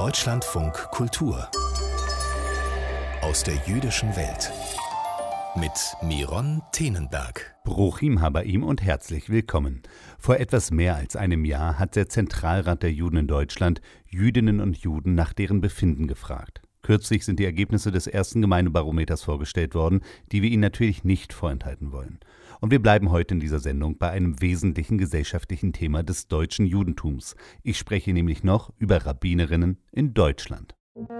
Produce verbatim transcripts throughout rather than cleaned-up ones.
Deutschlandfunk Kultur aus der jüdischen Welt mit Miron Tenenberg. Bruchim Habaim und herzlich willkommen. Vor etwas mehr als einem Jahr hat der Zentralrat der Juden in Deutschland Jüdinnen und Juden nach deren Befinden gefragt. Kürzlich sind die Ergebnisse des ersten Gemeindebarometers vorgestellt worden, die wir Ihnen natürlich nicht vorenthalten wollen. Und wir bleiben heute in dieser Sendung bei einem wesentlichen gesellschaftlichen Thema des deutschen Judentums. Ich spreche nämlich noch über Rabbinerinnen in Deutschland.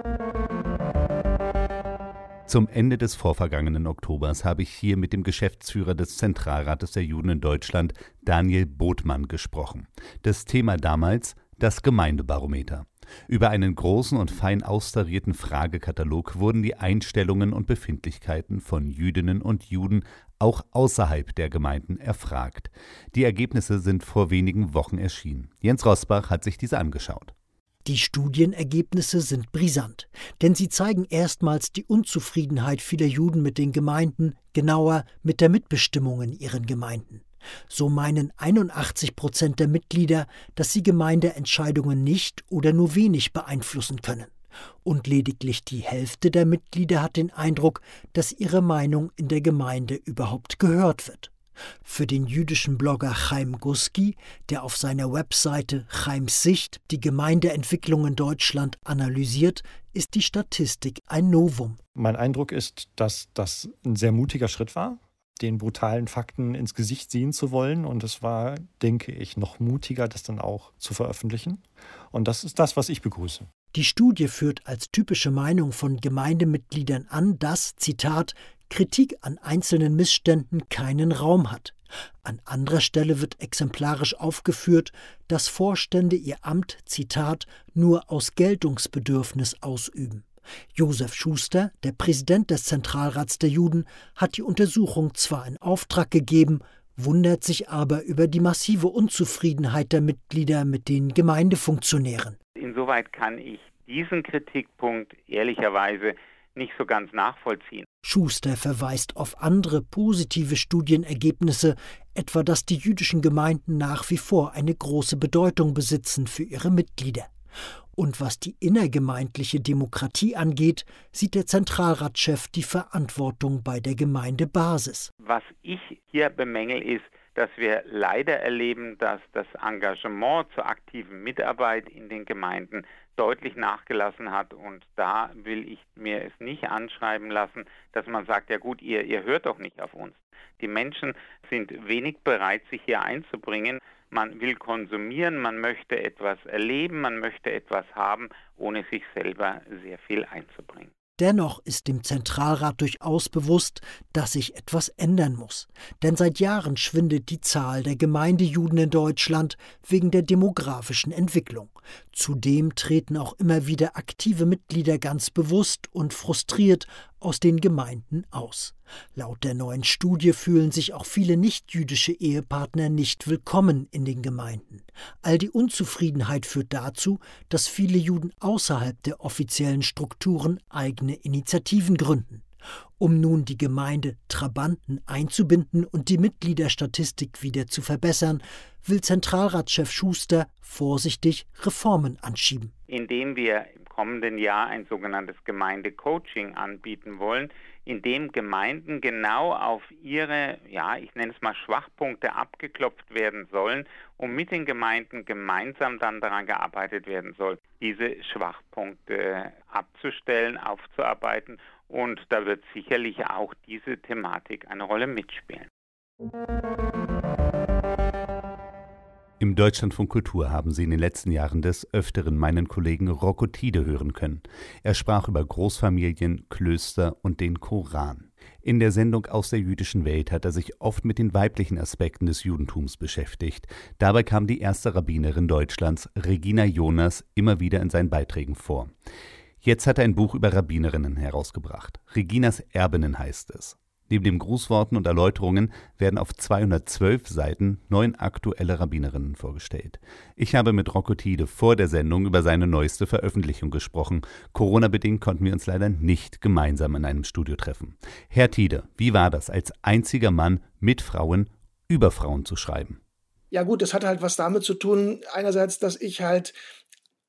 Zum Ende des vorvergangenen Oktobers habe ich hier mit dem Geschäftsführer des Zentralrates der Juden in Deutschland, Daniel Botmann, gesprochen. Das Thema damals: das Gemeindebarometer. Über einen großen und fein austarierten Fragekatalog wurden die Einstellungen und Befindlichkeiten von Jüdinnen und Juden auch außerhalb der Gemeinden erfragt. Die Ergebnisse sind vor wenigen Wochen erschienen. Jens Rosbach hat sich diese angeschaut. Die Studienergebnisse sind brisant, denn sie zeigen erstmals die Unzufriedenheit vieler Juden mit den Gemeinden, genauer mit der Mitbestimmung in ihren Gemeinden. So meinen einundachtzig Prozent der Mitglieder, dass sie Gemeindeentscheidungen nicht oder nur wenig beeinflussen können. Und lediglich die Hälfte der Mitglieder hat den Eindruck, dass ihre Meinung in der Gemeinde überhaupt gehört wird. Für den jüdischen Blogger Chaim Guski, der auf seiner Webseite Chaims Sicht die Gemeindeentwicklung in Deutschland analysiert, ist die Statistik ein Novum. Mein Eindruck ist, dass das ein sehr mutiger Schritt war, den brutalen Fakten ins Gesicht sehen zu wollen. Und es war, denke ich, noch mutiger, das dann auch zu veröffentlichen. Und das ist das, was ich begrüße. Die Studie führt als typische Meinung von Gemeindemitgliedern an, dass, Zitat, Kritik an einzelnen Missständen keinen Raum hat. An anderer Stelle wird exemplarisch aufgeführt, dass Vorstände ihr Amt, Zitat, nur aus Geltungsbedürfnis ausüben. Josef Schuster, der Präsident des Zentralrats der Juden, hat die Untersuchung zwar in Auftrag gegeben, wundert sich aber über die massive Unzufriedenheit der Mitglieder mit den Gemeindefunktionären. Insoweit kann ich diesen Kritikpunkt ehrlicherweise nicht so ganz nachvollziehen. Schuster verweist auf andere positive Studienergebnisse, etwa dass die jüdischen Gemeinden nach wie vor eine große Bedeutung besitzen für ihre Mitglieder. Und was die innergemeindliche Demokratie angeht, sieht der Zentralratschef die Verantwortung bei der Gemeindebasis. Was ich hier bemängel, ist, dass wir leider erleben, dass das Engagement zur aktiven Mitarbeit in den Gemeinden deutlich nachgelassen hat. Und da will ich mir es nicht anschreiben lassen, dass man sagt, ja gut, ihr, ihr hört doch nicht auf uns. Die Menschen sind wenig bereit, sich hier einzubringen. Man will konsumieren, man möchte etwas erleben, man möchte etwas haben, ohne sich selber sehr viel einzubringen. Dennoch ist dem Zentralrat durchaus bewusst, dass sich etwas ändern muss. Denn seit Jahren schwindet die Zahl der Gemeindejuden in Deutschland wegen der demografischen Entwicklung. Zudem treten auch immer wieder aktive Mitglieder ganz bewusst und frustriert aus den Gemeinden aus. Laut der neuen Studie fühlen sich auch viele nichtjüdische Ehepartner nicht willkommen in den Gemeinden. All die Unzufriedenheit führt dazu, dass viele Juden außerhalb der offiziellen Strukturen eigene Initiativen gründen. Um nun die Gemeinde Trabanten einzubinden und die Mitgliederstatistik wieder zu verbessern, will Zentralratschef Schuster vorsichtig Reformen anschieben. Indem wir im kommenden Jahr ein sogenanntes Gemeindecoaching anbieten wollen, in dem Gemeinden genau auf ihre, ja, ich nenne es mal Schwachpunkte abgeklopft werden sollen und mit den Gemeinden gemeinsam dann daran gearbeitet werden soll, diese Schwachpunkte abzustellen, aufzuarbeiten. Und da wird sicherlich auch diese Thematik eine Rolle mitspielen. Im Deutschlandfunk Kultur haben Sie in den letzten Jahren des Öfteren meinen Kollegen Rocco Tiede hören können. Er sprach über Großfamilien, Klöster und den Koran. In der Sendung Aus der jüdischen Welt hat er sich oft mit den weiblichen Aspekten des Judentums beschäftigt. Dabei kam die erste Rabbinerin Deutschlands, Regina Jonas, immer wieder in seinen Beiträgen vor. Jetzt hat er ein Buch über Rabbinerinnen herausgebracht. Reginas Erbinnen heißt es. Neben den Grußworten und Erläuterungen werden auf zweihundertzwölf Seiten neun aktuelle Rabbinerinnen vorgestellt. Ich habe mit Rocco Tiede vor der Sendung über seine neueste Veröffentlichung gesprochen. Corona-bedingt konnten wir uns leider nicht gemeinsam in einem Studio treffen. Herr Tiede, wie war das, als einziger Mann mit Frauen über Frauen zu schreiben? Ja gut, das hat halt was damit zu tun, einerseits, dass ich halt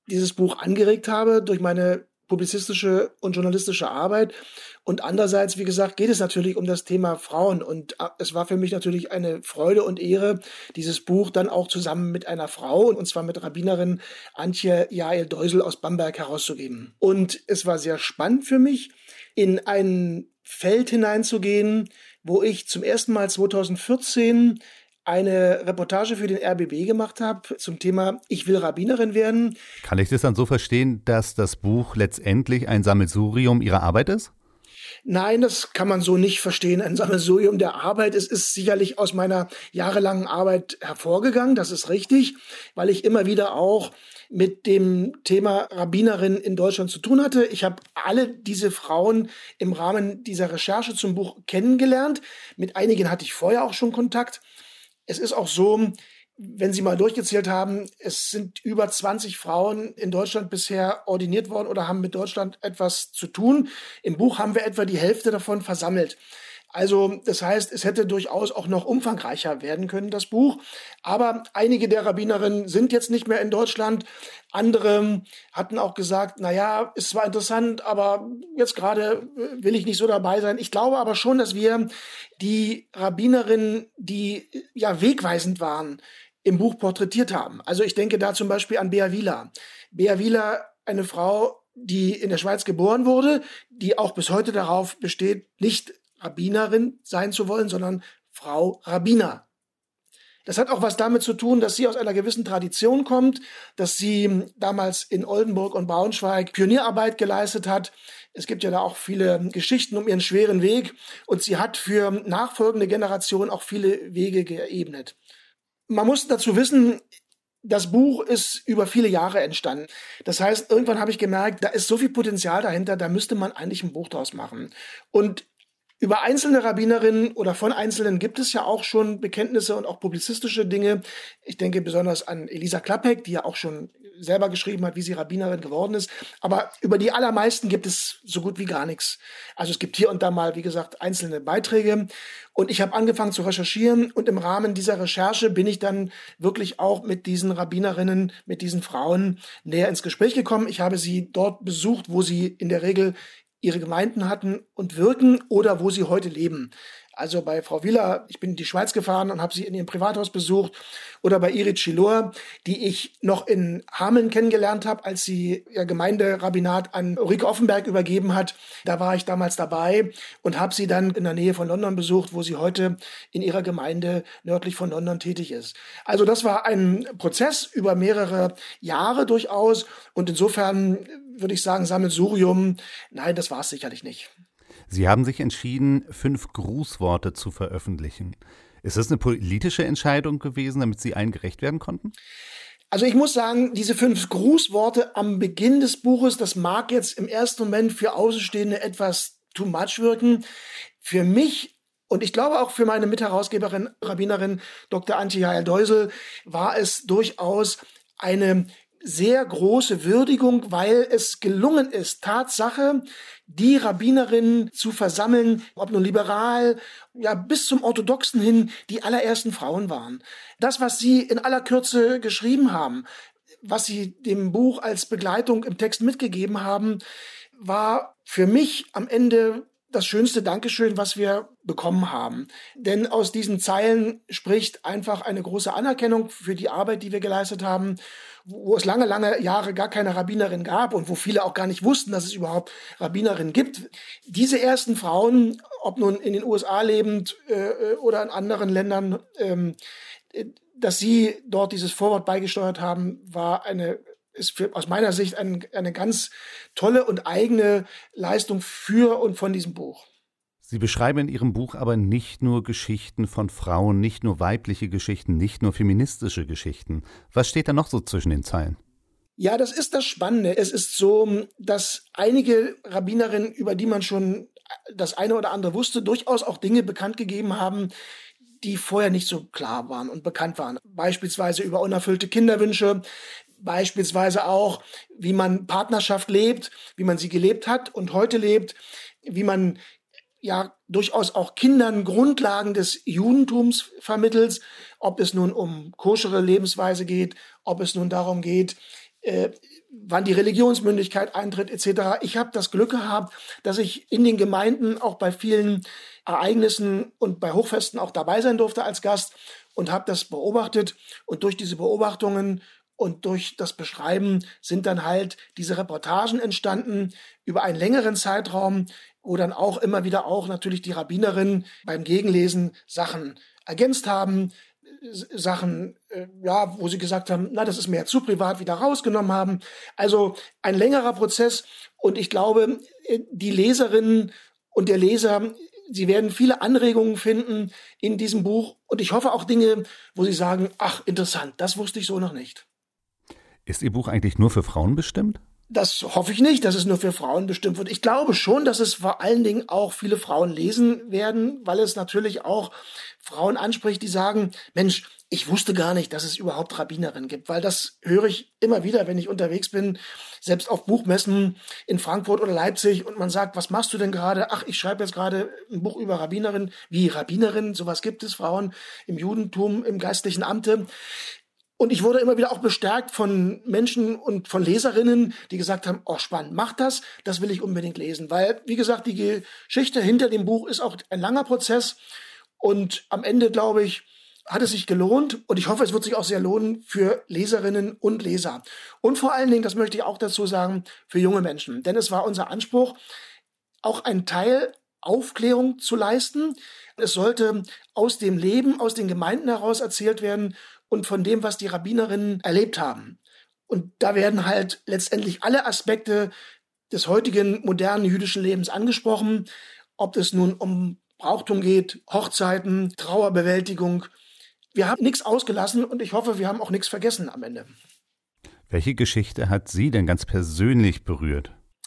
dieses Buch angeregt habe durch meine publizistische und journalistische Arbeit. Und andererseits, wie gesagt, geht es natürlich um das Thema Frauen. Und es war für mich natürlich eine Freude und Ehre, dieses Buch dann auch zusammen mit einer Frau, und zwar mit Rabbinerin Antje Jael Deusel aus Bamberg, herauszugeben. Und es war sehr spannend für mich, in ein Feld hineinzugehen, wo ich zum ersten Mal zweitausendvierzehn eine Reportage für den R B B gemacht habe zum Thema Ich will Rabbinerin werden. Kann ich das dann so verstehen, dass das Buch letztendlich ein Sammelsurium Ihrer Arbeit ist? Nein, das kann man so nicht verstehen. Ein Sammelsurium der Arbeit. Es ist sicherlich aus meiner jahrelangen Arbeit hervorgegangen, das ist richtig, weil ich immer wieder auch mit dem Thema Rabbinerin in Deutschland zu tun hatte. Ich habe alle diese Frauen im Rahmen dieser Recherche zum Buch kennengelernt. Mit einigen hatte ich vorher auch schon Kontakt. Es ist auch so, wenn Sie mal durchgezählt haben, es sind über zwanzig Frauen in Deutschland bisher ordiniert worden oder haben mit Deutschland etwas zu tun. Im Buch haben wir etwa die Hälfte davon versammelt. Also das heißt, es hätte durchaus auch noch umfangreicher werden können, das Buch. Aber einige der Rabbinerinnen sind jetzt nicht mehr in Deutschland. Andere hatten auch gesagt, na ja, ist zwar interessant, aber jetzt gerade will ich nicht so dabei sein. Ich glaube aber schon, dass wir die Rabbinerinnen, die ja wegweisend waren, im Buch porträtiert haben. Also ich denke da zum Beispiel an Bea Wieler. Bea Wieler, eine Frau, die in der Schweiz geboren wurde, die auch bis heute darauf besteht, nicht Rabbinerin sein zu wollen, sondern Frau Rabbiner. Das hat auch was damit zu tun, dass sie aus einer gewissen Tradition kommt, dass sie damals in Oldenburg und Braunschweig Pionierarbeit geleistet hat. Es gibt ja da auch viele Geschichten um ihren schweren Weg und sie hat für nachfolgende Generationen auch viele Wege geebnet. Man muss dazu wissen, das Buch ist über viele Jahre entstanden. Das heißt, irgendwann habe ich gemerkt, da ist so viel Potenzial dahinter, da müsste man eigentlich ein Buch draus machen. Und über einzelne Rabbinerinnen oder von Einzelnen gibt es ja auch schon Bekenntnisse und auch publizistische Dinge. Ich denke besonders an Elisa Klappek, die ja auch schon selber geschrieben hat, wie sie Rabbinerin geworden ist. Aber über die allermeisten gibt es so gut wie gar nichts. Also es gibt hier und da mal, wie gesagt, einzelne Beiträge. Und ich habe angefangen zu recherchieren und im Rahmen dieser Recherche bin ich dann wirklich auch mit diesen Rabbinerinnen, mit diesen Frauen näher ins Gespräch gekommen. Ich habe sie dort besucht, wo sie in der Regel ihre Gemeinden hatten und wirken oder wo sie heute leben. Also bei Frau Wieler, ich bin in die Schweiz gefahren und habe sie in ihrem Privathaus besucht. Oder bei Irit Schilor, die ich noch in Hameln kennengelernt habe, als sie ihr Gemeinderabbinat an Ulrike Offenberg übergeben hat. Da war ich damals dabei und habe sie dann in der Nähe von London besucht, wo sie heute in ihrer Gemeinde nördlich von London tätig ist. Also das war ein Prozess über mehrere Jahre durchaus. Und insofern würde ich sagen, Sammelsurium, nein, das war es sicherlich nicht. Sie haben sich entschieden, fünf Grußworte zu veröffentlichen. Ist das eine politische Entscheidung gewesen, damit Sie allen gerecht werden konnten? Also ich muss sagen, diese fünf Grußworte am Beginn des Buches, das mag jetzt im ersten Moment für Außenstehende etwas too much wirken. Für mich und ich glaube auch für meine Mitherausgeberin, Rabbinerin Doktor Antje Jael Deusel, war es durchaus eine sehr große Würdigung, weil es gelungen ist, Tatsache, die Rabbinerinnen zu versammeln, ob nun liberal, ja bis zum Orthodoxen hin, die allerersten Frauen waren. Das, was sie in aller Kürze geschrieben haben, was sie dem Buch als Begleitung im Text mitgegeben haben, war für mich am Ende das schönste Dankeschön, was wir bekommen haben. Denn aus diesen Zeilen spricht einfach eine große Anerkennung für die Arbeit, die wir geleistet haben, wo es lange, lange Jahre gar keine Rabbinerin gab und wo viele auch gar nicht wussten, dass es überhaupt Rabbinerinnen gibt. Diese ersten Frauen, ob nun in den U S A lebend äh, oder in anderen Ländern, ähm, dass sie dort dieses Vorwort beigesteuert haben, war eine ist für, aus meiner Sicht ein, eine ganz tolle und eigene Leistung für und von diesem Buch. Sie beschreiben in Ihrem Buch aber nicht nur Geschichten von Frauen, nicht nur weibliche Geschichten, nicht nur feministische Geschichten. Was steht da noch so zwischen den Zeilen? Ja, das ist das Spannende. Es ist so, dass einige Rabbinerinnen, über die man schon das eine oder andere wusste, durchaus auch Dinge bekannt gegeben haben, die vorher nicht so klar waren und bekannt waren. Beispielsweise über unerfüllte Kinderwünsche, beispielsweise auch, wie man Partnerschaft lebt, wie man sie gelebt hat und heute lebt, wie man ja durchaus auch Kindern Grundlagen des Judentums vermittelt, ob es nun um koschere Lebensweise geht, ob es nun darum geht, äh, wann die Religionsmündigkeit eintritt et cetera. Ich habe das Glück gehabt, dass ich in den Gemeinden auch bei vielen Ereignissen und bei Hochfesten auch dabei sein durfte als Gast und habe das beobachtet. Und durch diese Beobachtungen und durch das Beschreiben sind dann halt diese Reportagen entstanden über einen längeren Zeitraum, wo dann auch immer wieder auch natürlich die Rabbinerinnen beim Gegenlesen Sachen ergänzt haben, Sachen, äh, ja, wo sie gesagt haben, na, das ist mir ja zu privat, wieder rausgenommen haben. Also ein längerer Prozess und ich glaube, die Leserinnen und der Leser, sie werden viele Anregungen finden in diesem Buch und ich hoffe auch Dinge, wo sie sagen, ach, interessant, das wusste ich so noch nicht. Ist Ihr Buch eigentlich nur für Frauen bestimmt? Das hoffe ich nicht, dass es nur für Frauen bestimmt wird. Ich glaube schon, dass es vor allen Dingen auch viele Frauen lesen werden, weil es natürlich auch Frauen anspricht, die sagen, Mensch, ich wusste gar nicht, dass es überhaupt Rabbinerinnen gibt, weil das höre ich immer wieder, wenn ich unterwegs bin, selbst auf Buchmessen in Frankfurt oder Leipzig und man sagt, was machst du denn gerade? Ach, ich schreibe jetzt gerade ein Buch über Rabbinerinnen. Wie Rabbinerinnen? Sowas gibt es, Frauen im Judentum, im geistlichen Amte. Und ich wurde immer wieder auch bestärkt von Menschen und von Leserinnen, die gesagt haben, oh spannend, mach das, das will ich unbedingt lesen. Weil, wie gesagt, die Geschichte hinter dem Buch ist auch ein langer Prozess. Und am Ende, glaube ich, hat es sich gelohnt. Und ich hoffe, es wird sich auch sehr lohnen für Leserinnen und Leser. Und vor allen Dingen, das möchte ich auch dazu sagen, für junge Menschen. Denn es war unser Anspruch, auch einen Teil Aufklärung zu leisten. Es sollte aus dem Leben, aus den Gemeinden heraus erzählt werden, und von dem, was die Rabbinerinnen erlebt haben. Und da werden halt letztendlich alle Aspekte des heutigen modernen jüdischen Lebens angesprochen, ob es nun um Brauchtum geht, Hochzeiten, Trauerbewältigung. Wir haben nichts ausgelassen und ich hoffe, wir haben auch nichts vergessen am Ende. Welche Geschichte hat Sie denn ganz persönlich berührt?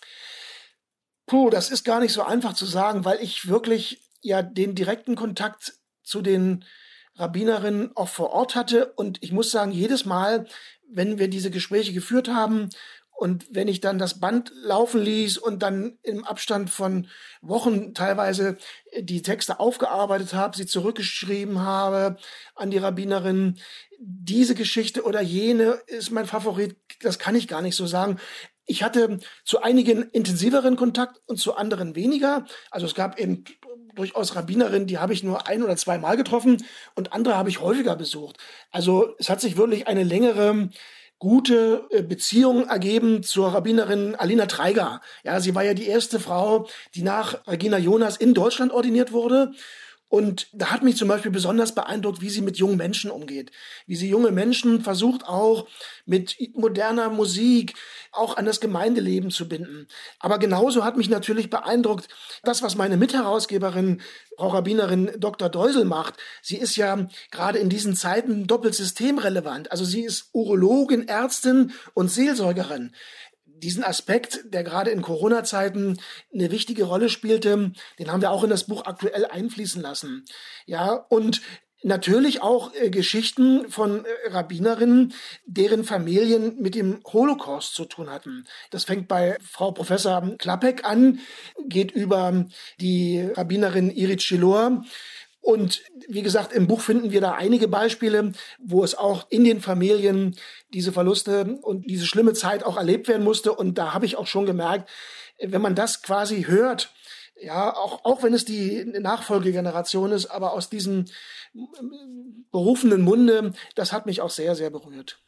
Puh, das ist gar nicht so einfach zu sagen, weil ich wirklich ja den direkten Kontakt zu den Rabbinerinnen auch vor Ort hatte. Und ich muss sagen, jedes Mal, wenn wir diese Gespräche geführt haben und wenn ich dann das Band laufen ließ und dann im Abstand von Wochen teilweise die Texte aufgearbeitet habe, sie zurückgeschrieben habe an die Rabbinerinnen, diese Geschichte oder jene ist mein Favorit, das kann ich gar nicht so sagen. Ich hatte zu einigen intensiveren Kontakt und zu anderen weniger. Also es gab eben durchaus Rabbinerinnen, die habe ich nur ein- oder zweimal getroffen und andere habe ich häufiger besucht. Also es hat sich wirklich eine längere, gute Beziehung ergeben zur Rabbinerin Alina Treiger. Ja, sie war ja die erste Frau, die nach Regina Jonas in Deutschland ordiniert wurde. Und da hat mich zum Beispiel besonders beeindruckt, wie sie mit jungen Menschen umgeht. Wie sie junge Menschen versucht auch mit moderner Musik auch an das Gemeindeleben zu binden. Aber genauso hat mich natürlich beeindruckt, das, was meine Mitherausgeberin, Frau Rabbinerin Doktor Deusel macht. Sie ist ja gerade in diesen Zeiten doppelt systemrelevant. Also sie ist Urologin, Ärztin und Seelsorgerin. Diesen Aspekt, der gerade in Corona-Zeiten eine wichtige Rolle spielte, den haben wir auch in das Buch aktuell einfließen lassen. Ja, und natürlich auch äh, Geschichten von äh, Rabbinerinnen, deren Familien mit dem Holocaust zu tun hatten. Das fängt bei Frau Professor Klapek an, geht über die Rabbinerin Irit Schilor. Und wie gesagt, im Buch finden wir da einige Beispiele, wo es auch in den Familien diese Verluste und diese schlimme Zeit auch erlebt werden musste. Und da habe ich auch schon gemerkt, wenn man das quasi hört, ja, auch, auch wenn es die Nachfolgegeneration ist, aber aus diesem berufenen Munde, das hat mich auch sehr, sehr berührt.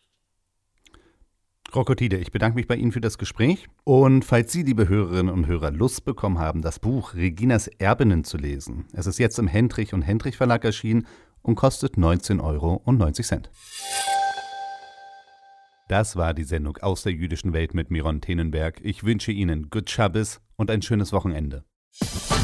Rocco Tiede, ich bedanke mich bei Ihnen für das Gespräch. Und falls Sie, liebe Hörerinnen und Hörer, Lust bekommen haben, das Buch Reginas Erbinnen zu lesen, es ist jetzt im Hendrich und Hendrich Verlag erschienen und kostet neunzehn Euro neunzig. Das war die Sendung aus der jüdischen Welt mit Miron Tenenberg. Ich wünsche Ihnen Good Shabbos und ein schönes Wochenende.